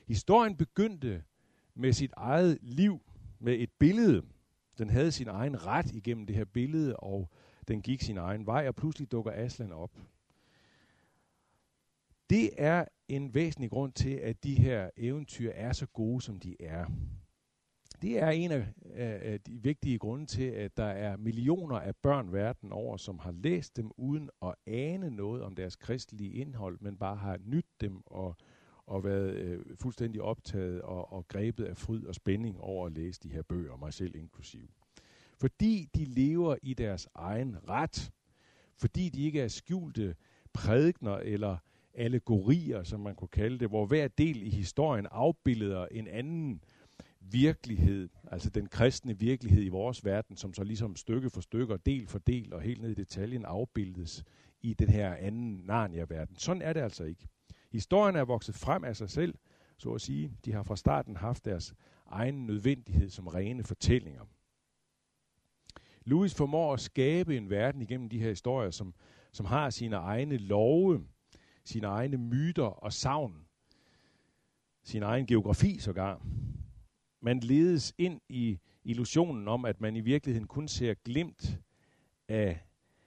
Historien begyndte med sit eget liv, med et billede. Den havde sin egen ret igennem det her billede, og den gik sin egen vej, og pludselig dukker Aslan op. Det er en væsentlig grund til, at de her eventyr er så gode, som de er. Det er en af de vigtige grunde til, at der er millioner af børn verden over, som har læst dem uden at ane noget om deres kristelige indhold, men bare har nydt dem og været fuldstændig optaget og grebet af fryd og spænding over at læse de her bøger, mig selv inklusiv. Fordi de lever i deres egen ret, fordi de ikke er skjulte prædikener eller allegorier, som man kunne kalde det, hvor hver del i historien afbilleder en anden virkelighed, altså den kristne virkelighed i vores verden, som så ligesom stykke for stykke og del for del og helt ned i detaljen afbildes i den her anden Narnia-verden. Sådan er det altså ikke. Historien er vokset frem af sig selv, så at sige. De har fra starten haft deres egen nødvendighed som rene fortællinger. Lewis formår at skabe en verden igennem de her historier, som har sine egne love, sine egne myter og sagn, sin egen geografi sågar. Man ledes ind i illusionen om, at man i virkeligheden kun ser glimt af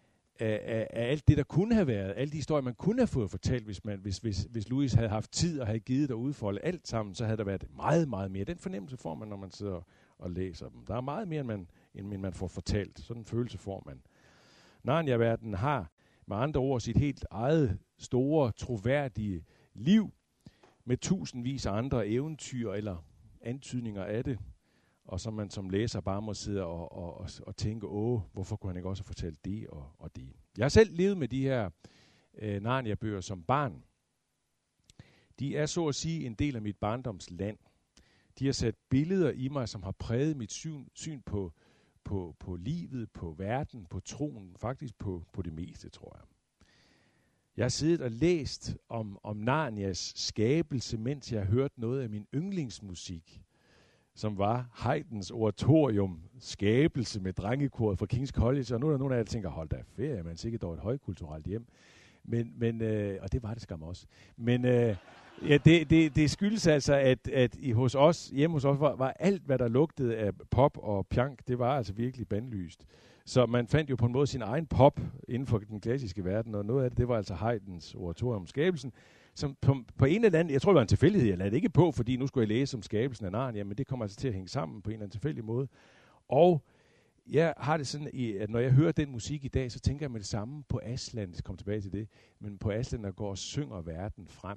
alt det, der kunne have været, alle de historier, man kunne have fået fortalt, hvis Lewis havde haft tid og havde givet at udfolde alt sammen, så havde der været meget, meget mere. Den fornemmelse får man, når man sidder og læser dem. Der er meget mere, end man får fortalt. Sådan en følelse får man. Narnia-verdenen har med andre ord sit helt eget store, troværdige liv med tusindvis af andre eventyr eller antydninger af det, og som man som læser bare må sidde og tænke, hvorfor kunne han ikke også have fortalt det og det. Jeg har selv levet med de her Narnia-bøger som barn. De er så at sige en del af mit barndomsland. De har sat billeder i mig, som har præget mit syn på livet, på verden, på troen, faktisk på det meste, tror jeg. Jeg har siddet og læst om Narnias skabelse, mens jeg har hørt noget af min yndlingsmusik, som var Haydns oratorium, skabelse med drengekoret fra King's College. Og nu er der nogen af jer, der tænker, hold da ferie, man sikkert dog et højkulturelt hjem. Men og det var det skam også. Men ja, det skyldes altså, at hjemme hos os var alt, hvad der lugtede af pop og pjank, det var altså virkelig bandlyst. Så man fandt jo på en måde sin egen pop inden for den klassiske verden, og noget af det var altså Haydns oratorium, skabelsen, som på en eller anden, jeg tror det var en tilfældighed, jeg lagde det ikke på, fordi nu skulle jeg læse om skabelsen af Narnia, men det kommer altså til at hænge sammen på en eller anden tilfældig måde. Og jeg har det sådan, at når jeg hører den musik i dag, så tænker jeg med det samme på Aslan, jeg kommer tilbage til det, men på Aslan, der går og synger verden frem.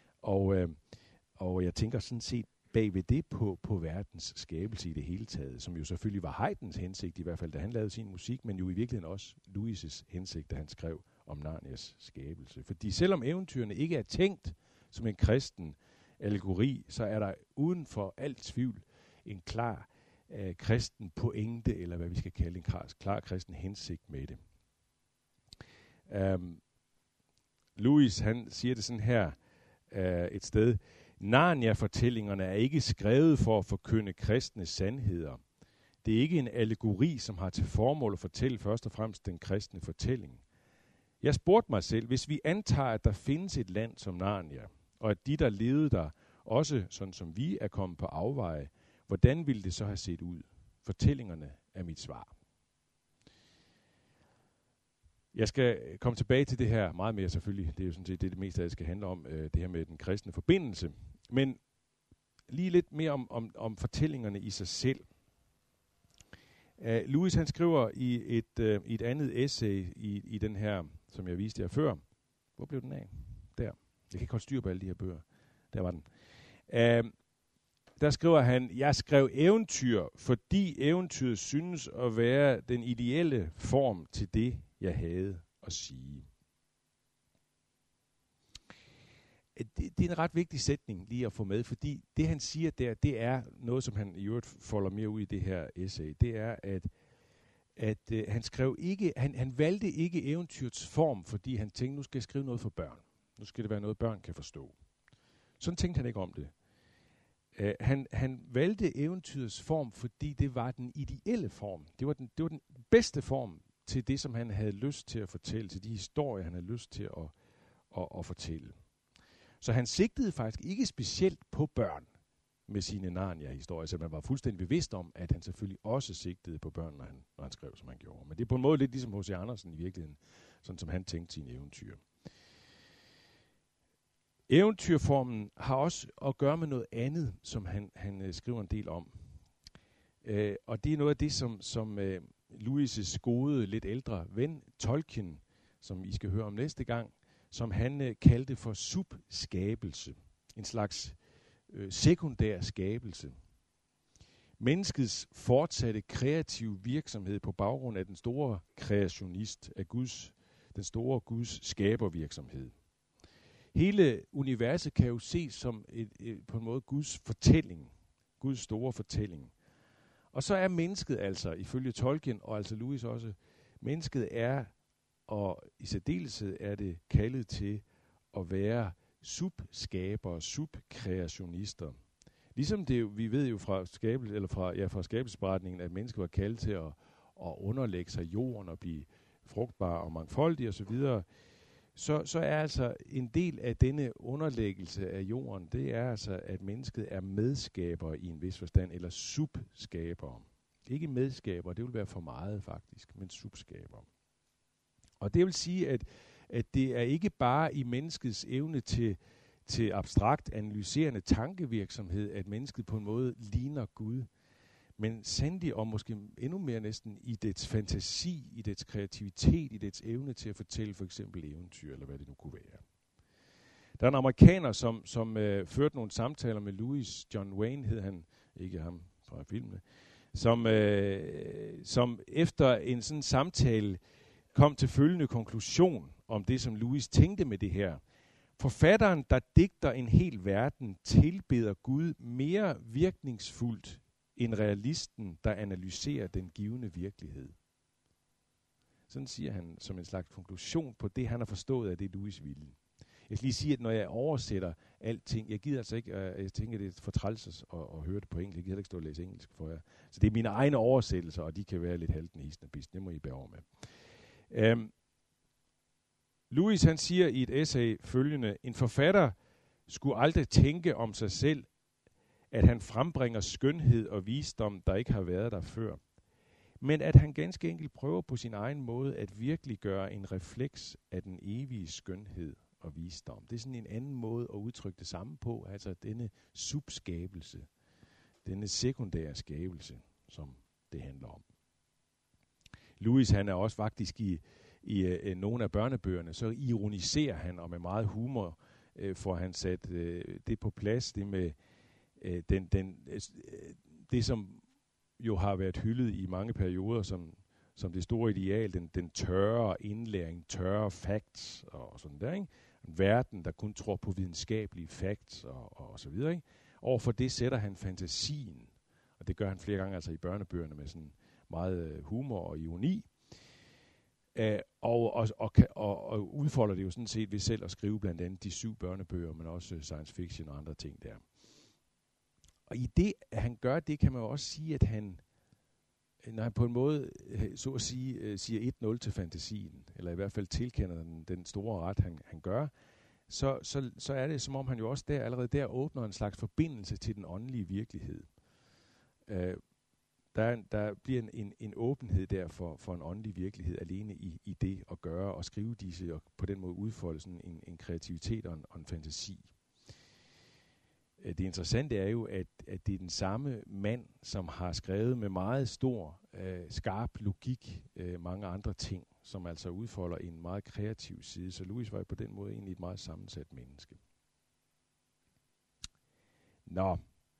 Og jeg tænker sådan set bagved det på verdens skabelse i det hele taget, som jo selvfølgelig var Haydns hensigt, i hvert fald da han lavede sin musik, men jo i virkeligheden også Lewis' hensigt, da han skrev om Narnias skabelse. Fordi selvom eventyrene ikke er tænkt som en kristen allegori, så er der uden for alt tvivl en klar kristen pointe, eller hvad vi skal kalde en klar kristen hensigt med det. Lewis, han siger det sådan her et sted: Narnia-fortællingerne er ikke skrevet for at forkynde kristne sandheder. Det er ikke en allegori, som har til formål at fortælle først og fremmest den kristne fortælling. Jeg spurgte mig selv, hvis vi antager, at der findes et land som Narnia, og at de, der levede der, også sådan som vi er kommet på afveje, hvordan ville det så have set ud? Fortællingerne er mit svar. Jeg skal komme tilbage til det her meget mere selvfølgelig. Det er jo sådan set det meste af det skal handle om, det her med den kristne forbindelse. Men lige lidt mere om fortællingerne i sig selv. Lewis, han skriver i et andet essay i den her, som jeg viste jer før. Hvor blev den af? Der. Jeg kan ikke holde styr på alle de her bøger. Der var den. Der skriver han: Jeg skrev eventyr, fordi eventyret synes at være den ideelle form til det, jeg havde at sige. Det er en ret vigtig sætning lige at få med, fordi det han siger der, det er noget, som han i øvrigt folder mere ud i det her essay. Det er, at han skrev ikke, han valgte ikke eventyrets form, fordi han tænkte, nu skal jeg skrive noget for børn. Nu skal det være noget, børn kan forstå. Sådan tænkte han ikke om det. Han valgte eventyrets form, fordi det var den ideelle form. Det var den bedste form til det, som han havde lyst til at fortælle, til de historier, han havde lyst til at fortælle. Så han sigtede faktisk ikke specielt på børn med sine Narnia-historier, så man var fuldstændig bevidst om, at han selvfølgelig også sigtede på børn, når han skrev, som han gjorde. Men det er på en måde lidt ligesom H.C. Andersen i virkeligheden, sådan som han tænkte sine eventyr. Eventyrformen har også at gøre med noget andet, som han skriver en del om. Og det er noget af det, som Lewis' gode, lidt ældre ven, Tolkien, som I skal høre om næste gang, som han kaldte for subskabelse. En slags sekundær skabelse. Menneskets fortsatte kreative virksomhed på baggrund af den store kreationist, af den store Guds skabervirksomhed. Hele universet kan jo ses som på en måde Guds fortælling, Guds store fortælling. Og så er mennesket altså, ifølge Tolkien og altså Lewis også, mennesket er, og i særdeleshed er det kaldet til at være subskabere, subkreationister. Ligesom det, vi ved jo fra skabelsesberetningen, at mennesket var kaldet til at underlægge sig jorden og blive frugtbar og mangfoldig osv., så er altså en del af denne underlæggelse af jorden, det er altså, at mennesket er medskaber i en vis forstand, eller subskaber. Ikke medskaber, det vil være for meget faktisk, men subskaber. Og det vil sige, at det er ikke bare i menneskets evne til abstrakt analyserende tankevirksomhed, at mennesket på en måde ligner Gud, men sandelig og måske endnu mere næsten i dets fantasi, i dets kreativitet, i dets evne til at fortælle for eksempel eventyr, eller hvad det nu kunne være. Der er en amerikaner, som førte nogle samtaler med Lewis, John Wayne hed han, ikke ham fra filmene, som efter en sådan samtale kom til følgende konklusion om det, som Lewis tænkte med det her. Forfatteren, der digter en hel verden, tilbeder Gud mere virkningsfuldt end realisten, der analyserer den givne virkelighed. Sådan siger han som en slags konklusion på det, han har forstået af det, Lewis ville. Jeg skal lige sige, at når jeg oversætter alting, jeg gider altså ikke, jeg tænker, det er for træls at høre det på engelsk, jeg gider ikke stå og læse engelsk for jer. Så det er mine egne oversættelser, og de kan være lidt haltende, hisne, bist. Det må I bære over med. Lewis, han siger i et essay følgende: en forfatter skulle aldrig tænke om sig selv, at han frembringer skønhed og visdom, der ikke har været der før. Men at han ganske enkelt prøver på sin egen måde at virkeliggøre en refleks af den evige skønhed og visdom. Det er sådan en anden måde at udtrykke det samme på, altså denne subskabelse, denne sekundære skabelse, som det handler om. Lewis, han er også faktisk i nogle af børnebøgerne, så ironiserer han, og med meget humor får han sat det på plads, det med det, som jo har været hyldet i mange perioder som det store ideal, den tørre indlæring, tørre facts og sådan der, ikke? En verden, der kun tror på videnskabelige facts og så videre, ikke? Overfor det sætter han fantasien, og det gør han flere gange altså i børnebøgerne med sådan meget humor og ironi, og udfolder det jo sådan set ved selv at skrive blandt andet de 7 børnebøger, men også science fiction og andre ting der. Og i det, at han gør det, kan man jo også sige, at når han på en måde, så at sige, siger 1-0 til fantasien, eller i hvert fald tilkender den store ret, han gør, så er det, som om han jo også allerede der åbner en slags forbindelse til den åndelige virkelighed. Der bliver en åbenhed der for en åndelig virkelighed alene i det at gøre og skrive disse, og på den måde udfolde sådan en kreativitet og en fantasi. Det interessante er jo, at det er den samme mand, som har skrevet med meget stor, skarp logik mange andre ting, som altså udfolder en meget kreativ side. Så Lewis var på den måde egentlig et meget sammensat menneske. Nå.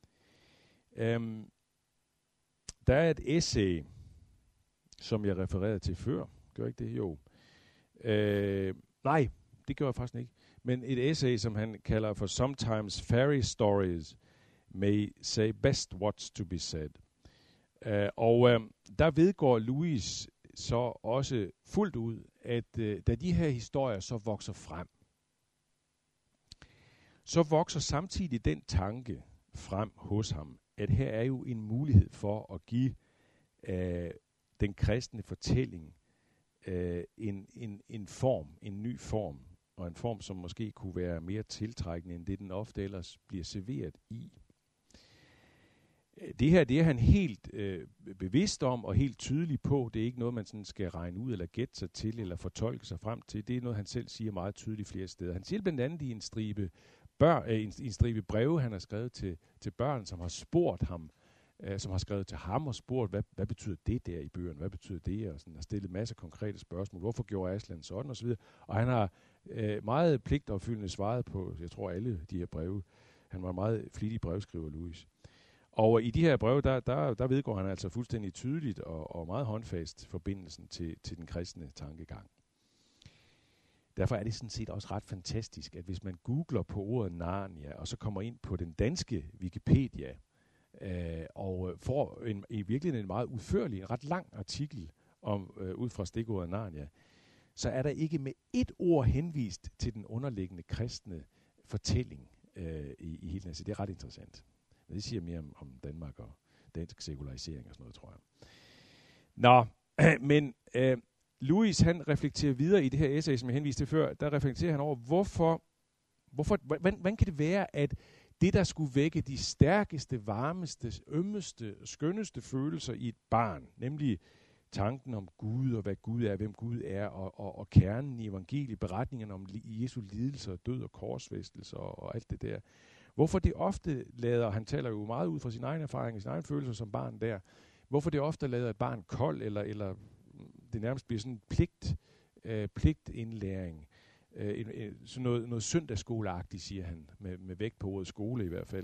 Der er et essay, som jeg refererede til før. Gør ikke det? Jo. Nej, det gør jeg faktisk ikke. Men et essay, som han kalder for Sometimes Fairy Stories May Say Best What's to be Said. Der vedgår Lewis så også fuldt ud, at da de her historier så vokser frem, så vokser samtidig den tanke frem hos ham, at her er jo en mulighed for at give den kristne fortælling en form, en ny form, og en form, som måske kunne være mere tiltrækkende, end det den ofte ellers bliver serveret i. Det her, det er han helt bevidst om og helt tydelig på. Det er ikke noget, man sådan skal regne ud eller gætte sig til eller fortolke sig frem til. Det er noget, han selv siger meget tydeligt flere steder. Han siger blandt andet i en stribe breve, han har skrevet til børn, som har spurgt ham, som har skrevet til ham og spurgt, hvad betyder det der i bøgerne? Hvad betyder det? Og sådan har stillet masser af konkrete spørgsmål. Hvorfor gjorde Aslan sådan? Og så videre. Og han har meget pligtopfyldende svaret på, jeg tror, alle de her breve. Han var en meget flittig brevskriver, Louis. Og i de her breve, der vedgår han altså fuldstændig tydeligt og meget håndfast forbindelsen til den kristne tankegang. Derfor er det sådan set også ret fantastisk, at hvis man googler på ordet Narnia, og så kommer ind på den danske Wikipedia, og får i virkeligheden en meget udførlig, en ret lang artikel om ud fra stikordet Narnia, så er der ikke med ét ord henvist til den underliggende kristne fortælling i hele den. Så det er ret interessant. Men det siger mere om Danmark og dansk sekularisering og sådan noget, tror jeg. Men Louis, han reflekterer videre i det her essay, som jeg henviste til før. Der reflekterer han over, hvordan kan det være, at det, der skulle vække de stærkeste, varmeste, ømmeste, skønneste følelser i et barn, nemlig tanken om Gud og hvad Gud er, hvem Gud er, og kernen i evangeliet, beretningerne om Jesu lidelse og død og korsfæstelse og alt det der. Hvorfor det ofte lader, han taler jo meget ud fra sin egen erfaring, sin egen følelser som barn der, hvorfor det ofte lader et barn kold, eller det nærmest bliver sådan pligtindlæring. Sådan noget søndagsskoleagtigt, siger han, med vægt på ordet skole i hvert fald.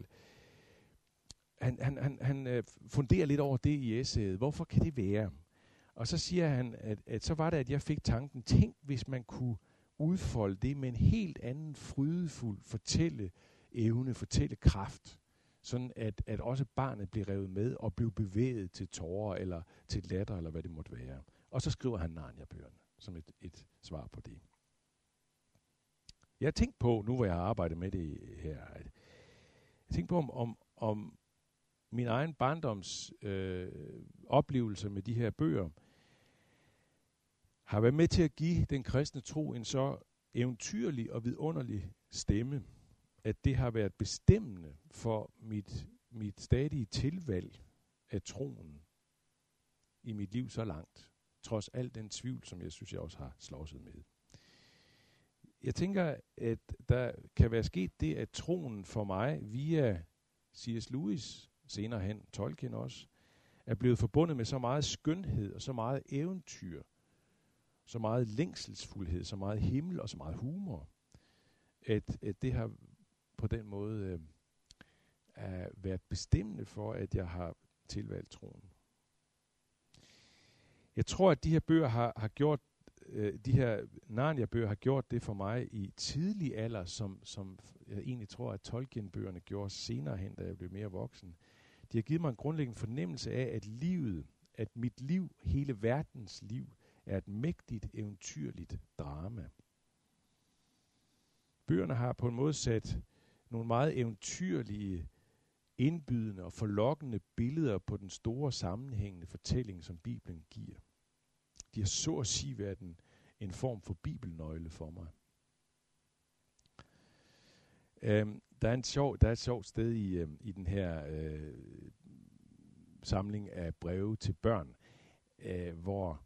Han funderer lidt over det i essayet. Hvorfor kan det være? Og så siger han, at så var det, at jeg fik tanken, tænk hvis man kunne udfolde det med en helt anden frydefuld fortællekraft, sådan at også barnet blev revet med og blev bevæget til tårer eller til latter, eller hvad det måtte være. Og så skriver han Narnia-bøgerne som et svar på det. Jeg har tænkt på, nu hvor jeg har arbejdet med det her, jeg tænkte på, om min egen barndoms oplevelse med de her bøger har været med til at give den kristne tro en så eventyrlig og vidunderlig stemme, at det har været bestemmende for mit stadige tilvalg af troen i mit liv så langt, trods al den tvivl, som jeg synes, jeg også har slåsset med. Jeg tænker, at der kan være sket det, at troen for mig via C.S. Lewis, senere hen Tolkien også, er blevet forbundet med så meget skønhed og så meget eventyr, så meget længselsfuldhed, så meget himmel og så meget humor, at det har på den måde været bestemmende for, at jeg har tilvalgt troen. Jeg tror, at de her bøger har gjort, de her Narnia-bøger har gjort det for mig i tidlig alder, som jeg egentlig tror, at Tolkien-bøgerne gjorde senere hen, da jeg blev mere voksen. De har givet mig en grundlæggende fornemmelse af, at mit liv, hele verdens liv, er et mægtigt, eventyrligt drama. Bøgerne har på en måde sat nogle meget eventyrlige, indbydende og forlokkende billeder på den store sammenhængende fortælling, som Bibelen giver. De har så at sige været en form for bibelnøgle for mig. Der er et sjovt sted i den her samling af breve til børn, hvor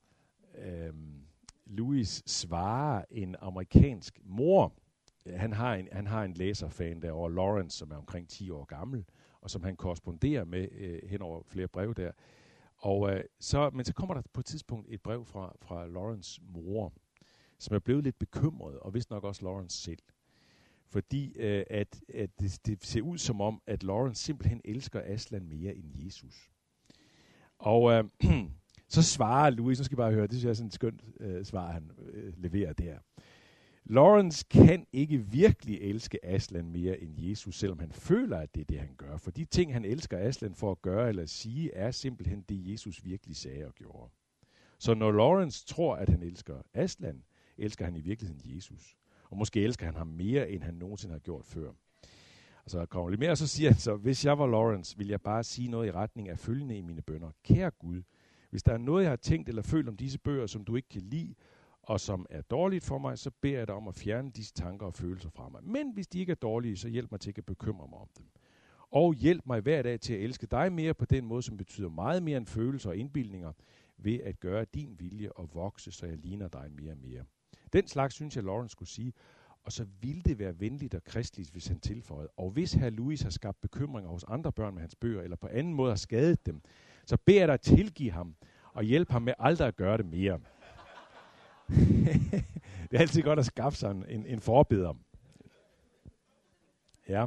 Louis svarer en amerikansk mor. Han har en læserfan derovre, Lawrence, som er omkring 10 år gammel, og som han korresponderer med hen over flere breve der. Men så kommer der på et tidspunkt et brev fra Lawrence mor, som er blevet lidt bekymret, og vist nok også Lawrence selv. Fordi at det ser ud som om, at Lawrence simpelthen elsker Aslan mere end Jesus. Og så svarer Louis, nu skal I bare høre, det synes jeg er sådan et skønt svar, han leverer der. Lawrence kan ikke virkelig elske Aslan mere end Jesus, selvom han føler, at det er det, han gør. For de ting, han elsker Aslan for at gøre eller sige, er simpelthen det, Jesus virkelig sagde og gjorde. Så når Lawrence tror, at han elsker Aslan, elsker han i virkeligheden Jesus. Og måske elsker han ham mere, end han nogensinde har gjort før. Og så kommer lidt mere, og så siger han så, hvis jeg var Lawrence, vil jeg bare sige noget i retning af følgende i mine bønner. Kære Gud, hvis der er noget, jeg har tænkt eller følt om disse bøger, som du ikke kan lide, og som er dårligt for mig, så beder jeg dig om at fjerne disse tanker og følelser fra mig. Men hvis de ikke er dårlige, så hjælp mig til ikke at bekymre mig om dem. Og hjælp mig hver dag til at elske dig mere på den måde, som betyder meget mere end følelser og indbildninger, ved at gøre din vilje og vokse, så jeg ligner dig mere og mere. Den slags synes jeg, Lawrence skulle sige. Og så ville det være venligt og kristeligt, hvis han tilføjede. Og hvis hr. Lewis har skabt bekymringer hos andre børn med hans bøger, eller på anden måde har skadet dem, så beder jeg dig at tilgive ham, og hjælpe ham med aldrig at gøre det mere. Det er altid godt at skaffe sig en forbeder. Ja.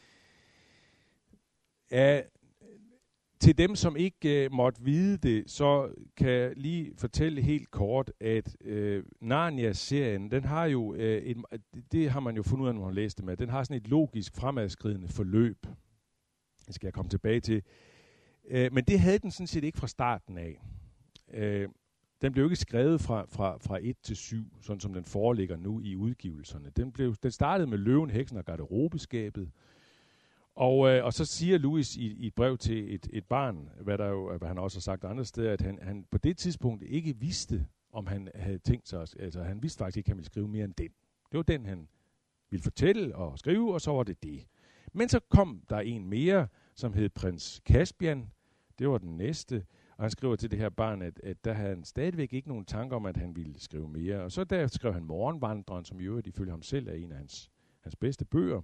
Til dem, som ikke måtte vide det, så kan jeg lige fortælle helt kort, at Narnia-serien, den har jo, det har man jo fundet ud af, når man har læst det med, den har sådan et logisk fremadskridende forløb. Det skal jeg komme tilbage til. Men det havde den sådan set ikke fra starten af. Den blev ikke skrevet fra 1 til 7, sådan som den foreligger nu i udgivelserne. Den startede med Løven, Heksen og Garderobeskabet. Og så siger Lewis i et brev til et barn, hvad han også har sagt andre steder, at han på det tidspunkt ikke vidste, om han havde tænkt sig, altså han vidste faktisk ikke, at han ville skrive mere end den. Det var den, han ville fortælle og skrive, og så var det det. Men så kom der en mere, som hed Prins Caspian. Det var den næste, og han skriver til det her barn, at der havde han stadigvæk ikke nogen tanker om, at han ville skrive mere. Og så derefter skrev han Morgenvandreren, som i øvrigt ifølge ham selv er en af hans bedste bøger.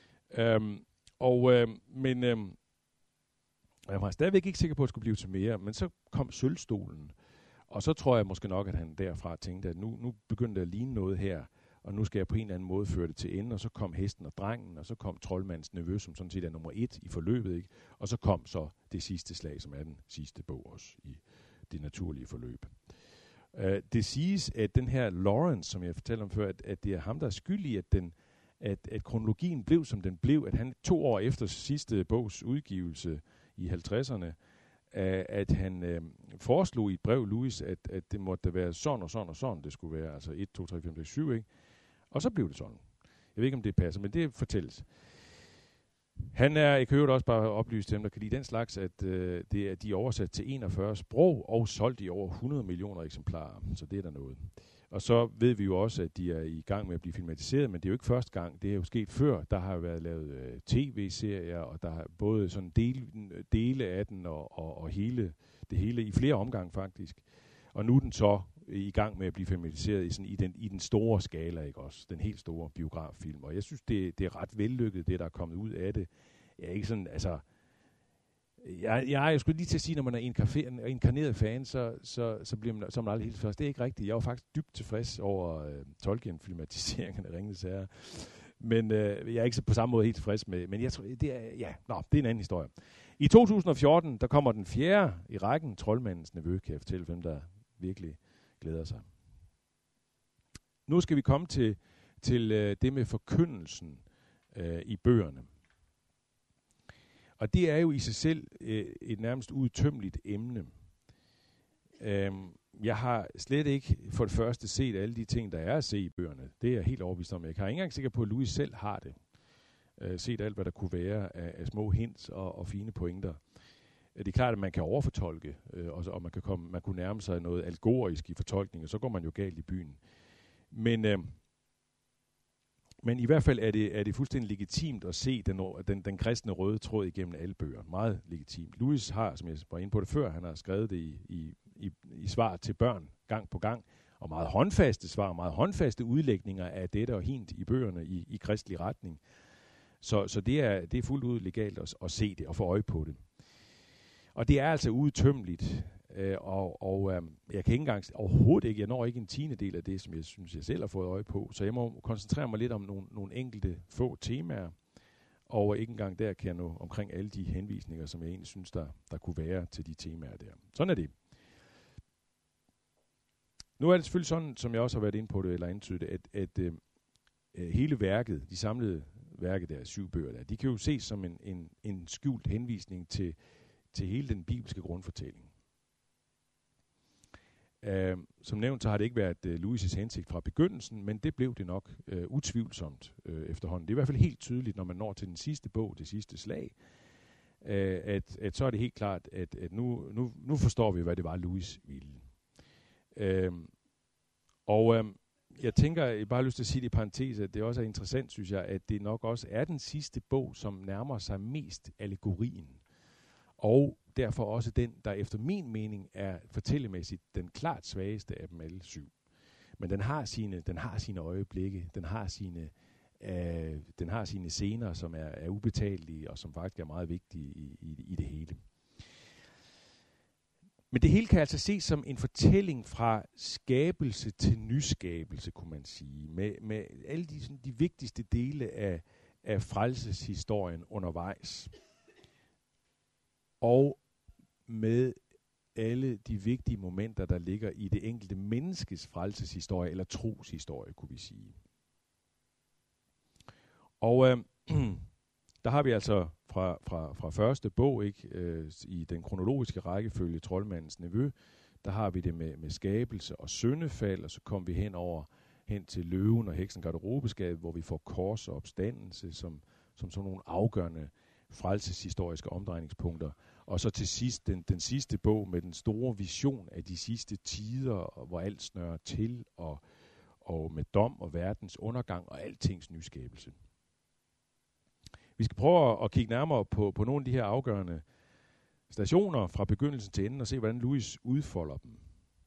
Men jeg var stadigvæk ikke sikker på, at det skulle blive til mere, men så kom Sølvstolen, og så tror jeg måske nok, at han derfra tænkte, at nu begyndte det at ligne noget her, og nu skal jeg på en eller anden måde føre det til ende, og så kom Hesten og Drengen, og så kom Troldmandens Nevø, som sådan set er nummer 1 i forløbet, ikke? Og så kom så Det sidste slag, som er den sidste bog også i det naturlige forløb. Det siges, at den her Lawrence, som jeg fortalte om før, at det er ham, der er skyld i, at kronologien blev, som den blev, at han 2 år efter sidste bogs udgivelse i 50'erne, at han foreslog i et brev, Lewis, at det måtte være sådan og sådan og sådan, det skulle være, altså 1, 2, 3, 4, 5, 6, 7, ikke? Og så blev det sådan. Jeg ved ikke, om det passer, men det fortælles. Han er, jeg kan jo også bare oplyse til dem, der kan lide den slags, at de er oversat til 41 sprog og solgt i over 100 millioner eksemplarer, så det er der noget. Og så ved vi jo også, at de er i gang med at blive filmatiseret, men det er jo ikke første gang. Det er jo sket før. Der har jo været lavet tv-serier, og der har både sådan dele af den og det hele i flere omgange faktisk. Og nu er den så i gang med at blive filmatiseret i den store skala, ikke også? Den helt store biograffilm. Og jeg synes, det er ret vellykket, det der er kommet ud af det. Jeg er ikke sådan, altså... Jeg skulle lige til at sige, når man er inkarneret fan, så bliver man aldrig helt tilfreds. Det er ikke rigtigt. Jeg var faktisk dybt tilfreds over Tolkien-filmatiseringen af Ringenes Herre. Men jeg er ikke på samme måde helt tilfreds med. Men jeg tror, det er en anden historie. I 2014, der kommer den 4. i rækken, Troldmandens Nevø, kan jeg fortælle, hvem der virkelig glæder sig. Nu skal vi komme til det med forkyndelsen i bøgerne. Og det er jo i sig selv et nærmest udtømmeligt emne. Jeg har slet ikke for det første set alle de ting, der er at se i bøgerne. Det er jeg helt overbevist om. Jeg er ikke engang sikker på, at Louis selv har det. Set alt, hvad der kunne være af små hints og fine pointer. Det er klart, at man kan overfortolke, og man kunne nærme sig noget algorisk i fortolkning, og så går man jo galt i byen. Men i hvert fald er det fuldstændig legitimt at se den kristne røde tråd igennem alle bøger. Meget legitimt. Louis har, som jeg var inde på det før, han har skrevet det i svar til børn gang på gang, og meget håndfaste svar, meget håndfaste udlægninger af dette og hint i bøgerne i kristelig retning. Så det er fuldt ud legalt at se det og få øje på det. Og det er altså udtømmeligt, og jeg kan ikke engang, overhovedet ikke, jeg når ikke en 10. af det, som jeg synes, jeg selv har fået øje på, så jeg må koncentrere mig lidt om nogle enkelte få temaer, og ikke engang der kan jeg nå omkring alle de henvisninger, som jeg egentlig synes, der kunne være til de temaer der. Sådan er det. Nu er det selvfølgelig sådan, som jeg også har været inde på det, eller antydet, at hele værket, de samlede værker der, 7 bøger der, de kan jo ses som en skjult henvisning til hele den bibelske grundfortælling. Som nævnt, så har det ikke været Louis' hensigt fra begyndelsen, men det blev det nok utvivlsomt efterhånden. Det er i hvert fald helt tydeligt, når man når til den sidste bog, det sidste slag, at så er det helt klart, at nu forstår vi, hvad det var, Louis ville. Og jeg tænker, jeg bare har lyst til at sige det i parentes, at det også er interessant, synes jeg, at det nok også er den sidste bog, som nærmer sig mest allegorien. Og derfor også den, der efter min mening er fortællemæssigt den klart svageste af dem alle 7. Men den har sine øjeblikke, den har sine scener, som er ubetalelige, og som faktisk er meget vigtige i det hele. Men det hele kan altså ses som en fortælling fra skabelse til nyskabelse, kunne man sige. Med alle de vigtigste dele af frelseshistorien undervejs. Og med alle de vigtige momenter, der ligger i det enkelte menneskes frelseshistorie, eller troshistorie, kunne vi sige. Og der har vi altså fra første bog, ikke, i den kronologiske rækkefølge, Troldmandens Nevø, der har vi det med skabelse og syndefald, og så kommer vi hen til løven og heksen garderobeskab, hvor vi får kors og opstandelse som sådan nogle afgørende frelseshistoriske omdrejningspunkter. Og så til sidst den sidste bog med den store vision af de sidste tider, hvor alt snører til, og med dom og verdens undergang og altings nyskabelse. Vi skal prøve at kigge nærmere på nogle af de her afgørende stationer fra begyndelsen til enden og se, hvordan Lewis udfolder dem.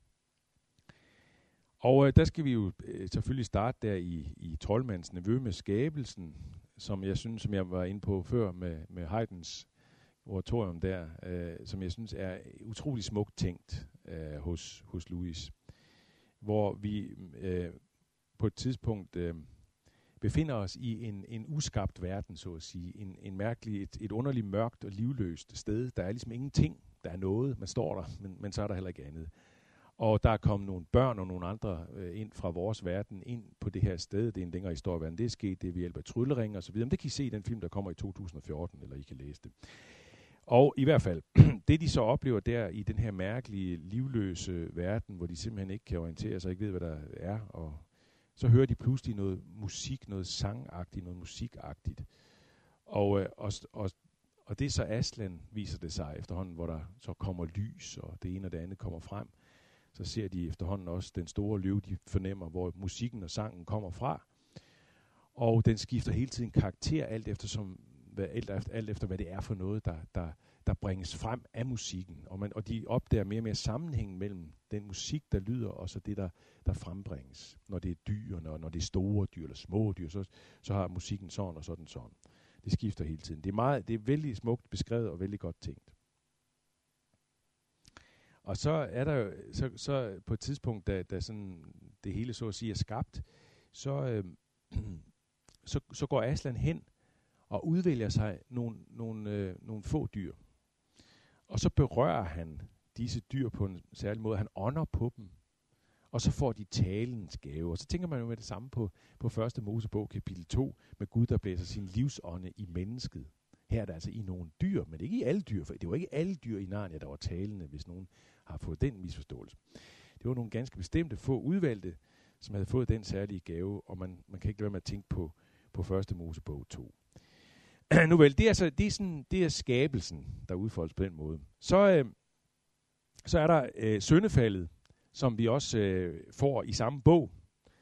Og der skal vi jo selvfølgelig starte der i Troldmandens Nevø med skabelsen, som jeg var inde på før med Haydns oratorium der, som jeg synes er utrolig smukt tænkt hos Lewis, hvor vi på et tidspunkt befinder os i en uskabt verden, så at sige, en mærkelig, et underligt mørkt og livløst sted. Der er ligesom ingenting, der er noget, man står der, men så er der heller ikke andet. Og der er kommet nogle børn og nogle andre ind fra vores verden, ind på det her sted. Det er en længere historie, hvordan det er sket, det er ved hjælp af trylleringe og så videre. Men det kan I se i den film, der kommer i 2014, eller I kan læse det. Og i hvert fald, det de så oplever der i den her mærkelige, livløse verden, hvor de simpelthen ikke kan orientere sig, ikke ved, hvad der er, og så hører de pludselig noget musik, noget sangagtigt, noget musikagtigt. Og det er så Aslan, viser det sig efterhånden, hvor der så kommer lys, og det ene og det andet kommer frem. Så ser de efterhånden også den store løve, de fornemmer, hvor musikken og sangen kommer fra. Og den skifter hele tiden karakter, alt efter hvad det er for noget, der bringes frem af musikken. Og de opdager mere og mere sammenhæng mellem den musik, der lyder, og så det, der frembringes. Når det er dyr, når det er store dyr eller små dyr, så har musikken sådan og sådan. Det skifter hele tiden. Det er vældig smukt beskrevet og vældig godt tænkt. Og så er der jo, så på et tidspunkt, da sådan det hele så at sige er skabt, så går Aslan hen og udvælger sig nogle få dyr. Og så berører han disse dyr på en særlig måde. Han ånder på dem. Og så får de talens gave. Og så tænker man jo med det samme på første Mosebog, kapitel 2, med Gud, der blæser sin livsånde i mennesket. Her er der altså i nogle dyr, men ikke i alle dyr, for det var ikke alle dyr i Narnia, der var talende, hvis nogen har fået den misforståelse. Det var nogle ganske bestemte få udvalgte, som havde fået den særlige gave, og man kan ikke lade være med at tænke på første Mosebog 2. Nu vel, det er skabelsen, der udfoldes på den måde. Så er der syndefaldet, som vi også får i samme bog,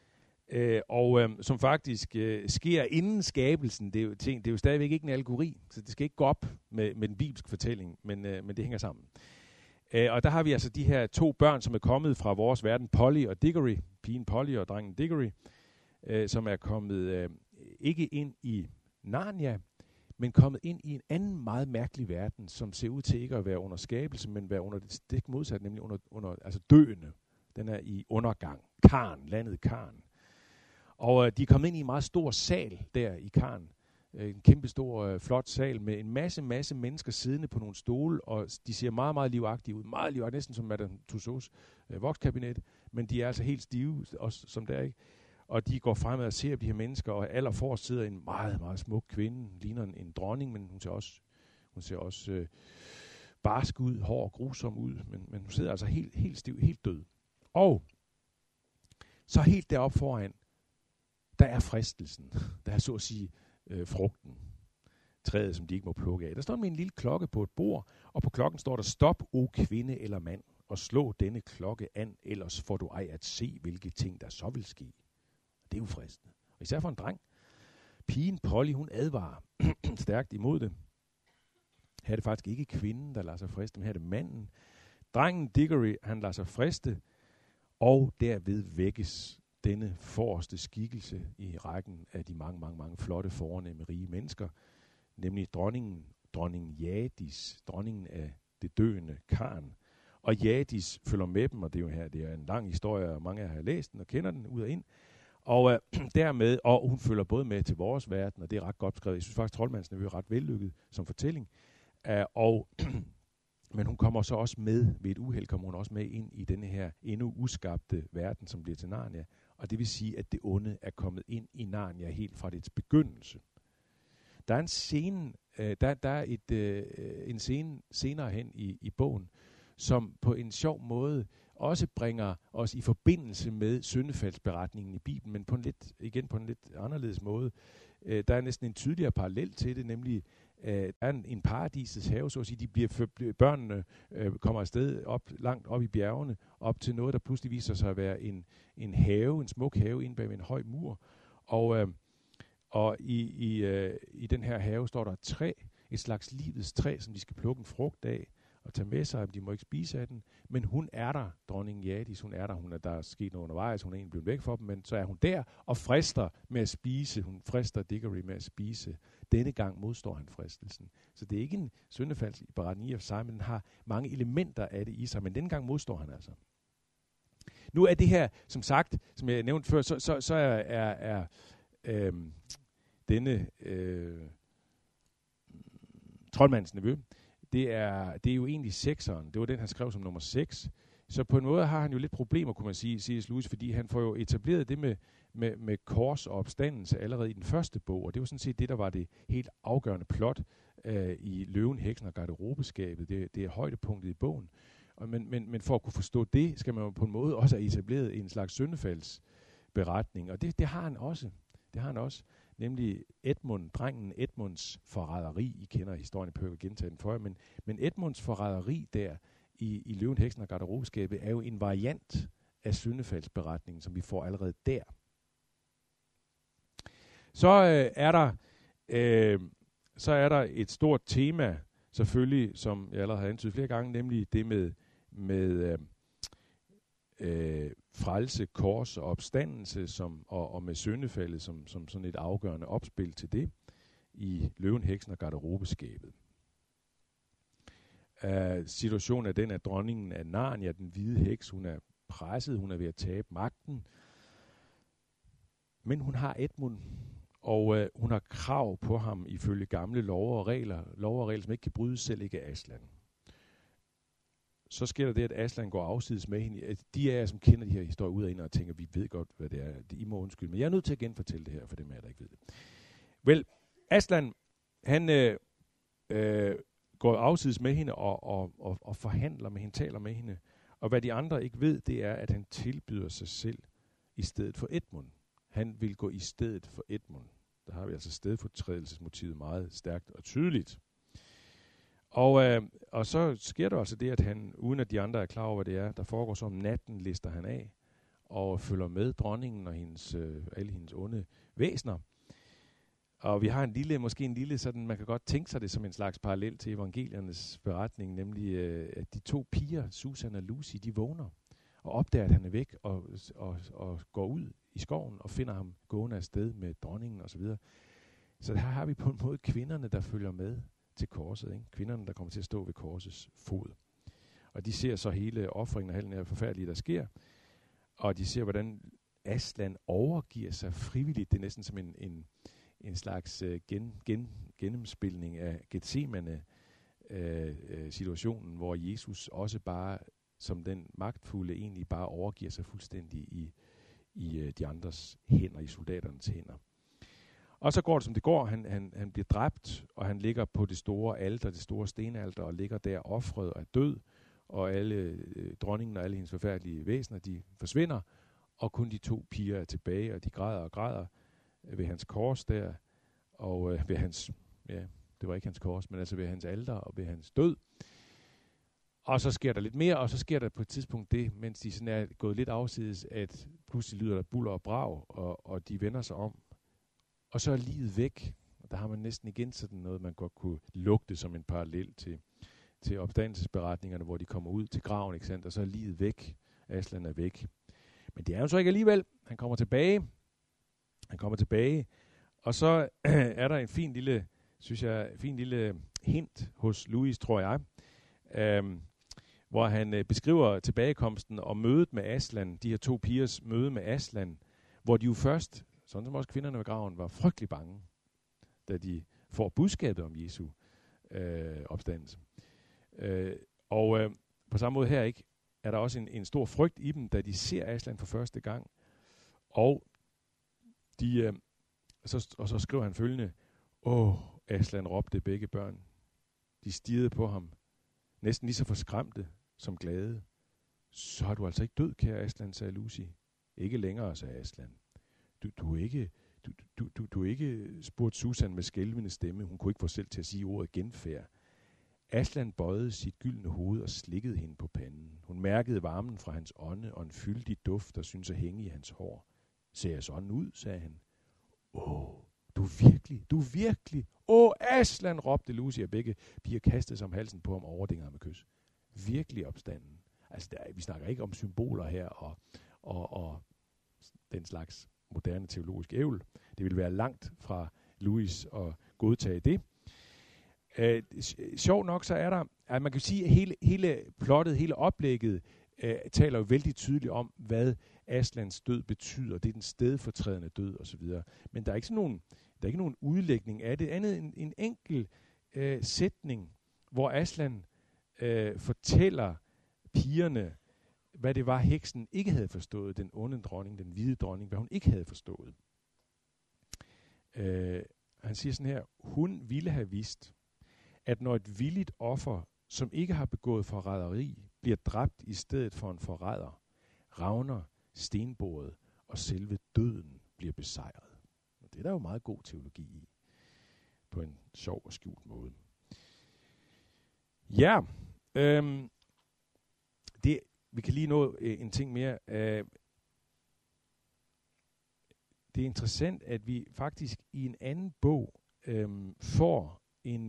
og som faktisk sker inden skabelsen. Det er jo stadigvæk ikke en allegori, så det skal ikke gå op med den bibelske fortælling, men det hænger sammen. Og der har vi altså de her to børn, som er kommet fra vores verden, Polly og Diggory, pigen Polly og drengen Diggory, som er kommet ikke ind i Narnia, men kommet ind i en anden meget mærkelig verden, som ser ud til ikke at være under skabelse, men være under det stik modsat, nemlig under altså døende. Den er i undergang. Landet Karn. Og de er kommet ind i en meget stor sal der i Karn. En kæmpe stor, flot sal med en masse mennesker siddende på nogle stole, og de ser meget, meget livagtige ud. Meget livagtige, næsten som Madame Tussauds vokskabinet, men de er altså helt stive, også som der, ikke? Og de går fremad og ser de her mennesker, og allerforrest sidder en meget, meget smuk kvinde. Ligner en dronning, men hun ser også barsk ud, hård og grusom ud, men hun sidder altså helt stiv, helt død. Og så helt deroppe foran, der er fristelsen. Der er så at sige frugten. Træet, som de ikke må plukke af. Der står med en lille klokke på et bord, og på klokken står der, stop, o kvinde eller mand. og slå denne klokke an, ellers får du ej at se, hvilke ting der så vil ske. Det er jo fristende. Og især for en dreng. Pigen Polly, hun advarer stærkt imod det. Her er det faktisk ikke kvinden, der lader sig friste, men her er det manden. Drengen Diggory, han lader sig friste, og derved vækkes denne forreste skikkelse i rækken af de mange flotte, fornemme, rige mennesker, nemlig dronningen Jadis, dronningen af det døende Khan. Og Jadis følger med dem, og det er jo her, det er en lang historie, og mange af jer har læst den og kender den ud og ind. Og dermed, og hun følger både med til vores verden, og det er ret godt skrevet. Jeg synes faktisk, Troldmandens Nevø er ret vellykket som fortælling. Men hun kommer så også med, ved et uheld kommer hun også med ind i denne her endnu uskabte verden, som bliver til Narnia. Og det vil sige, at det onde er kommet ind i Narnia helt fra dets begyndelse. Der er en scene, en scene senere hen i bogen, som på en sjov måde også bringer os i forbindelse med syndefaldsberetningen i Bibelen, men på en lidt anderledes måde. Der er næsten en tydeligere parallel til det, nemlig der er en paradisets have, så at sige. Børnene kommer afsted langt op i bjergene, op til noget, der pludselig viser sig at være en have, en smuk have inde bag en høj mur. Og i den her have står der et træ, et slags livets træ, som de skal plukke en frugt af og tage med sig. De må ikke spise af den, men hun er der, dronningen Jadis, hun er der. Der er sket noget undervejs, hun er egentlig blevet væk fra dem, men så er hun der og frister med at spise. Hun frister Diggory med at spise. Denne gang modstår han fristelsen. Så det er ikke en syndefaldsberetning i og for sig, men den har mange elementer af det i sig, men denne gang modstår han altså. Nu er det her, som sagt, som jeg nævnte før, så er denne Troldmandens Nevø, det er jo egentlig sekseren. Det var den, han skrev som nummer 6. Så på en måde har han jo lidt problemer, kunne man sige, C.S. Lewis, fordi han får jo etableret det med kors og opstandelse allerede i den første bog, og det var sådan set det, der var det helt afgørende plot i Løven, Heksen og Garderobeskabet. Det er højdepunktet i bogen. Men for at kunne forstå det, skal man jo på en måde også have etableret en slags syndefaldsberetning, og det har han også. Det har han også. Nemlig drengen Edmunds forræderi. I kender historien, jeg behøver gentage den for jer, men Edmunds forræderi der i Løven, Heksen og Garderobeskabet er jo en variant af syndefaldsberetningen, som vi får allerede der. Så er der et stort tema, selvfølgelig, som jeg allerede har antydet flere gange, nemlig det med frelse, kors og opstandelse og med syndefaldet som sådan et afgørende opspil til det i Løven, Heksen og Garderobeskabet. Situationen er den, at dronningen af Narnia, den hvide heks, hun er presset, hun er ved at tabe magten, men hun har Edmund, og hun har krav på ham ifølge gamle love og regler, som ikke kan brydes, selv ikke af Aslan. Så sker der det, at Aslan går afsides med hende. De af jer, som kender de her historier ud af ind og tænker, vi ved godt, hvad det er. I må undskylde, men jeg er nødt til at genfortælle det her, for dem af jer, der ikke ved det. Vel, Aslan, han går afsides med hende og forhandler med hende, taler med hende. Og hvad de andre ikke ved, det er, at han tilbyder sig selv i stedet for Edmund. Han vil gå i stedet for Edmund. Der har vi altså stedfortrædelsesmotivet meget stærkt og tydeligt. Og så sker der altså det, at han, uden at de andre er klar over, hvad det er, der foregår så om natten, lister han af og følger med dronningen og alle hendes onde væsener. Og vi har måske en lille sådan, man kan godt tænke sig det som en slags parallel til evangeliernes beretning, nemlig at de to piger, Susan og Lucy, de vågner og opdager, at han er væk og går ud i skoven og finder ham gående afsted med dronningen osv. Så her har vi på en måde kvinderne, der følger med til korset, ikke? Kvinderne, der kommer til at stå ved korsets fod. Og de ser så hele offringen og hele den her forfærdelige, der sker. Og de ser, hvordan Aslan overgiver sig frivilligt. Det er næsten som en slags gennemspilning af Getsemane situationen, hvor Jesus også bare som den magtfulde egentlig bare overgiver sig fuldstændig i de andres hænder, i soldaternes hænder. Og så går det, som det går. Han bliver dræbt, og han ligger på det store alter, det store stenalter, og ligger der offret og er død, og alle dronningen og alle hendes forfærdelige væsener, de forsvinder, og kun de to piger er tilbage, og de græder og græder ved hans kors der, og ved hans, ja, det var ikke hans kors, men altså ved hans alter og ved hans død. Og så sker der lidt mere, og så sker der på et tidspunkt det, mens de sådan er gået lidt afsides, at pludselig lyder der buller og brag, og de vender sig om. Og så er livet væk. Og der har man næsten igen sådan noget, man godt kunne lugte som en parallel til opstandelsesberetningerne, hvor de kommer ud til graven, ikke sandt? Og så er livet væk. Aslan er væk. Men det er jo så ikke alligevel. Han kommer tilbage. Og så er der en fin lille hint hos Louis, tror jeg, hvor han beskriver tilbagekomsten og mødet med Aslan, de her to pigers møde med Aslan, hvor de jo først, sådan som også kvinderne ved graven, var frygtelig bange, da de får budskabet om Jesu opstandelse. På samme måde her ikke, er der også en stor frygt i dem, da de ser Aslan for første gang. Og så skriver han følgende: Aslan, råbte begge børn. De stirrede på ham, næsten lige så forskræmte som glade. Så er du altså ikke død, kære Aslan, sagde Lucy. Ikke længere, sagde Aslan. Du er ikke, spurgte Susan med skælvende stemme. Hun kunne ikke få selv til at sige ordet genfærd. Aslan bøjede sit gyldne hoved og slikkede hende på panden. Hun mærkede varmen fra hans ånde og en fyldig duft, der syntes at hænge i hans hår. Ser jeg sådan ud, sagde han. Du er virkelig. Aslan, råbte Lucy, og begge piger kastede sig om halsen på ham og overdingede ham med kys. Virkelig opstanden. Altså, vi snakker ikke om symboler her og den slags moderne teologisk ævl. Det vil være langt fra Louis at godtage det. Sjovt nok, så er der, at man kan sige, at hele plottet, hele oplægget, taler jo vældig tydeligt om, hvad Aslans død betyder. Det er den stedfortrædende død osv. Men der er ikke nogen udlægning af det, andet end en enkel sætning, hvor Aslan fortæller pigerne, hvad det var, heksen ikke havde forstået, den onde dronning, den hvide dronning, hvad hun ikke havde forstået. Han siger sådan her: hun ville have vidst, at når et villigt offer, som ikke har begået forræderi, bliver dræbt i stedet for en forræder, ravner stenbordet, og selve døden bliver besejret. Og det er der jo meget god teologi i, på en sjov og skjult måde. Ja, vi kan lige nå en ting mere. Det er interessant, at vi faktisk i en anden bog får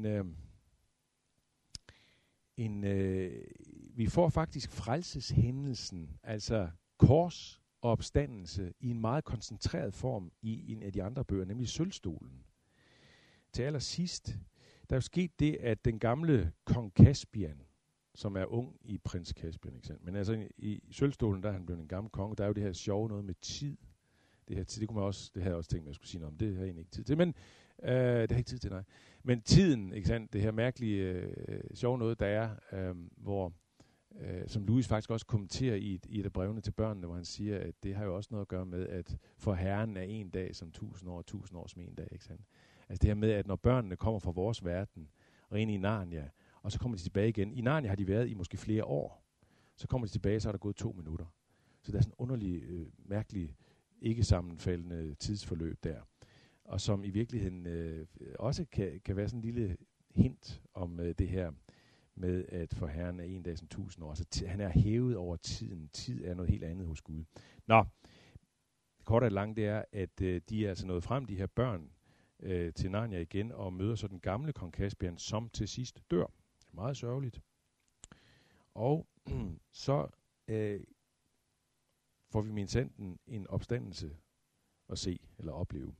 vi får faktisk frelseshændelsen, altså kors og opstandelse, i en meget koncentreret form i en af de andre bøger, nemlig Sølvstolen. Til allersidst, der er jo sket det, at den gamle kong Caspian, som er ung i prins Caspian, ikke sandt? Men altså i Sølvstolen, der er han blevet en gammel konge. Der er jo det her sjove noget med tid. Det havde jeg også tænkt mig, at jeg skulle sige noget om. Det har jeg egentlig ikke tid til. Men det har jeg ikke tid til, nej. Men tiden, ikke sandt? Det her mærkelige, sjove noget, der er, hvor som Louis faktisk også kommenterer i et af brevene til børnene, hvor han siger, at det har jo også noget at gøre med, at for Herren er en dag som 1000 år som en dag, ikke sandt? Altså det her med, at når børnene kommer fra vores verden og ind i Narnia, og så kommer de tilbage igen. I Narnia har de været i måske flere år. Så kommer de tilbage, så er der gået 2 minutter. Så der er sådan en underlig, mærkelig, ikke sammenfaldende tidsforløb der. Og som i virkeligheden også kan være sådan en lille hint om det her med, at for Herren er en dag som 1000 år. Så han er hævet over tiden. Tid er noget helt andet hos Gud. Nå, kort og langt det er, at de er altså nået frem, de her børn, til Narnia igen, og møder så den gamle kong Caspian, som til sidst dør. Meget sørgeligt. Og så får vi minsanden en opstandelse at se eller opleve.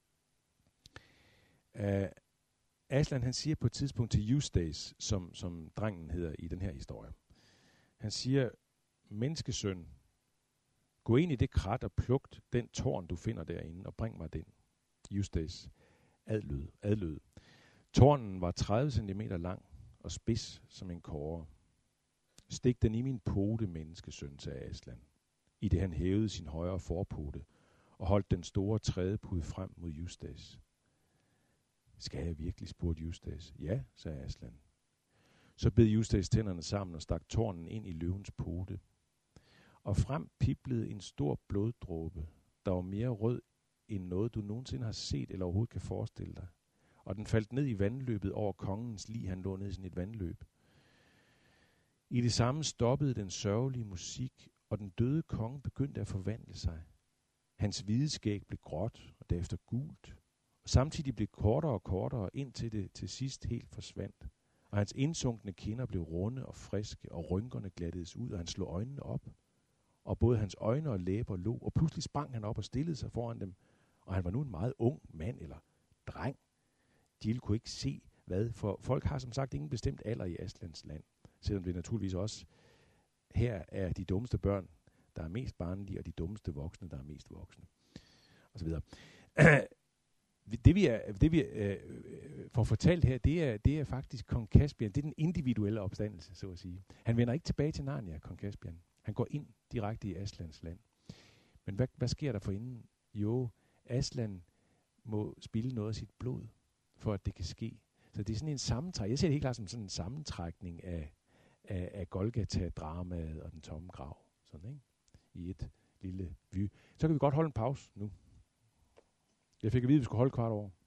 Aslan, han siger på et tidspunkt til Eustace, som drengen hedder i den her historie. Han siger: menneskesøn, gå ind i det krat og plugt den tårn, du finder derinde, og bring mig den. Eustace adlød. Tårnen var 30 cm lang og spids som en kåre. Stik den i min pote, menneskesøn, sagde Aslan, i det han hævede sin højre forpote og holdt den store trædepude frem mod Eustace. Skal jeg virkelig, spurgte Eustace. Ja, sagde Aslan. Så bed Eustace tænderne sammen og stak tårnen ind i løvens pote. Og frem piblede en stor bloddråbe, der var mere rød end noget, du nogensinde har set eller overhovedet kan forestille dig. Og den faldt ned i vandløbet over kongens lig. Han lå ned i sådan et vandløb. I det samme stoppede den sørgelige musik, og den døde konge begyndte at forvandle sig. Hans hvide skæg blev gråt og derefter gult, og samtidig blev kortere og kortere, indtil det til sidst helt forsvandt. Og hans indsunkne kinder blev runde og friske, og rynkerne glattedes ud, og han slog øjnene op. Og både hans øjne og læber lå, og pludselig sprang han op og stillede sig foran dem. Og han var nu en meget ung mand eller dreng. Jill kunne ikke se hvad, for folk har som sagt ingen bestemt alder i Aslans land. Selvom det naturligvis også her er de dummeste børn, der er mest barnlige, og de dummeste voksne, der er mest voksne. Og så videre. Det vi får fortalt her, det er faktisk kong Caspian. Det er den individuelle opstandelse, så at sige. Han vender ikke tilbage til Narnia, kong Caspian. Han går ind direkte i Aslans land. Men hvad sker der forinden? Jo, Aslan må spilde noget af sit blod, for at det kan ske. Så det er sådan en sammentrækning. Jeg ser det helt klart som sådan en sammentrækning af Golgata-dramaet og den tomme grav. Sådan, ikke? I et lille vy. Så kan vi godt holde en pause nu. Jeg fik at vide, at vi skulle holde kvart over.